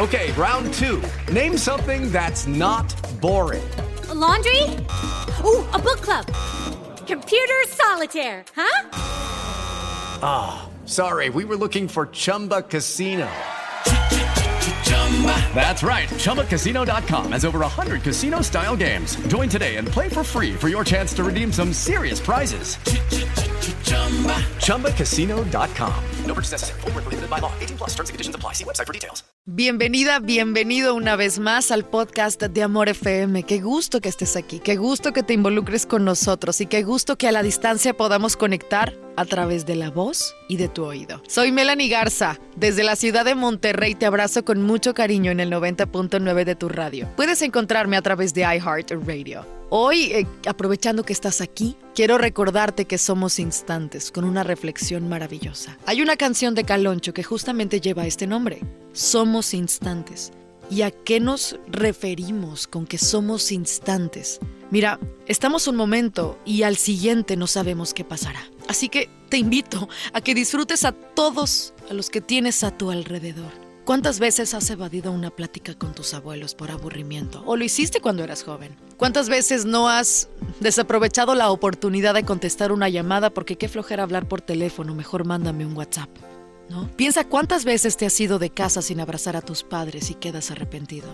Okay, round 2. Name something that's not boring. A laundry? Ooh, a book club. Computer solitaire, huh? Sorry, we were looking for Chumba Casino. That's right. ChumbaCasino.com has over 100 casino-style games. Join today and play for free for your chance to redeem some serious prizes. ChumbaCasino.com. No purchase necessary. Void where prohibited by law. 18+ terms and conditions apply. See website for details. Bienvenida, bienvenido una vez más al podcast de Amor FM. Qué gusto que estés aquí, qué gusto que te involucres con nosotros y qué gusto que a la distancia podamos conectar a través de la voz y de tu oído. Soy Melanie Garza, desde la ciudad de Monterrey te abrazo con mucho cariño en el 90.9 de tu radio. Puedes encontrarme a través de iHeartRadio. Hoy, aprovechando que estás aquí, quiero recordarte que somos instantes, con una reflexión maravillosa. Hay una canción de Caloncho que justamente lleva este nombre, Somos Instantes. ¿Y a qué nos referimos con que somos instantes? Mira, estamos un momento y al siguiente no sabemos qué pasará. Así que te invito a que disfrutes a todos a los que tienes a tu alrededor. ¿Cuántas veces has evadido una plática con tus abuelos por aburrimiento? ¿O lo hiciste cuando eras joven? ¿Cuántas veces no has desaprovechado la oportunidad de contestar una llamada porque qué flojera hablar por teléfono, mejor mándame un WhatsApp? ¿No? Piensa cuántas veces te has ido de casa sin abrazar a tus padres y quedas arrepentido.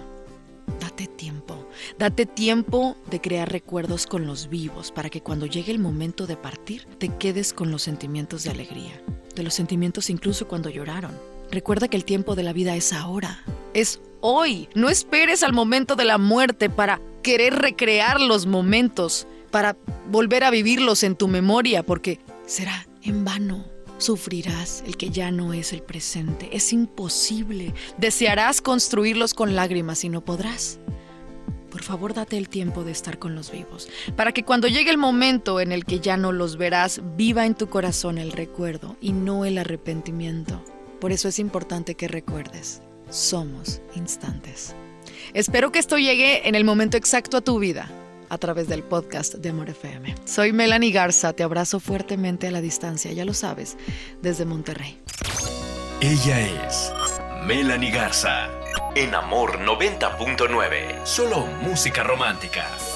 Date tiempo de crear recuerdos con los vivos para que cuando llegue el momento de partir te quedes con los sentimientos de alegría, de los sentimientos incluso cuando lloraron. Recuerda que el tiempo de la vida es ahora, es hoy. No esperes al momento de la muerte para querer recrear los momentos, para volver a vivirlos en tu memoria, porque será en vano. Sufrirás el que ya no es el presente. Es imposible. Desearás construirlos con lágrimas y no podrás. Por favor, date el tiempo de estar con los vivos, para que cuando llegue el momento en el que ya no los verás, viva en tu corazón el recuerdo y no el arrepentimiento. Por eso es importante que recuerdes, somos instantes. Espero que esto llegue en el momento exacto a tu vida, a través del podcast de Amor FM. Soy Melanie Garza, te abrazo fuertemente a la distancia, ya lo sabes, desde Monterrey. Ella es Melanie Garza, en Amor 90.9, solo música romántica.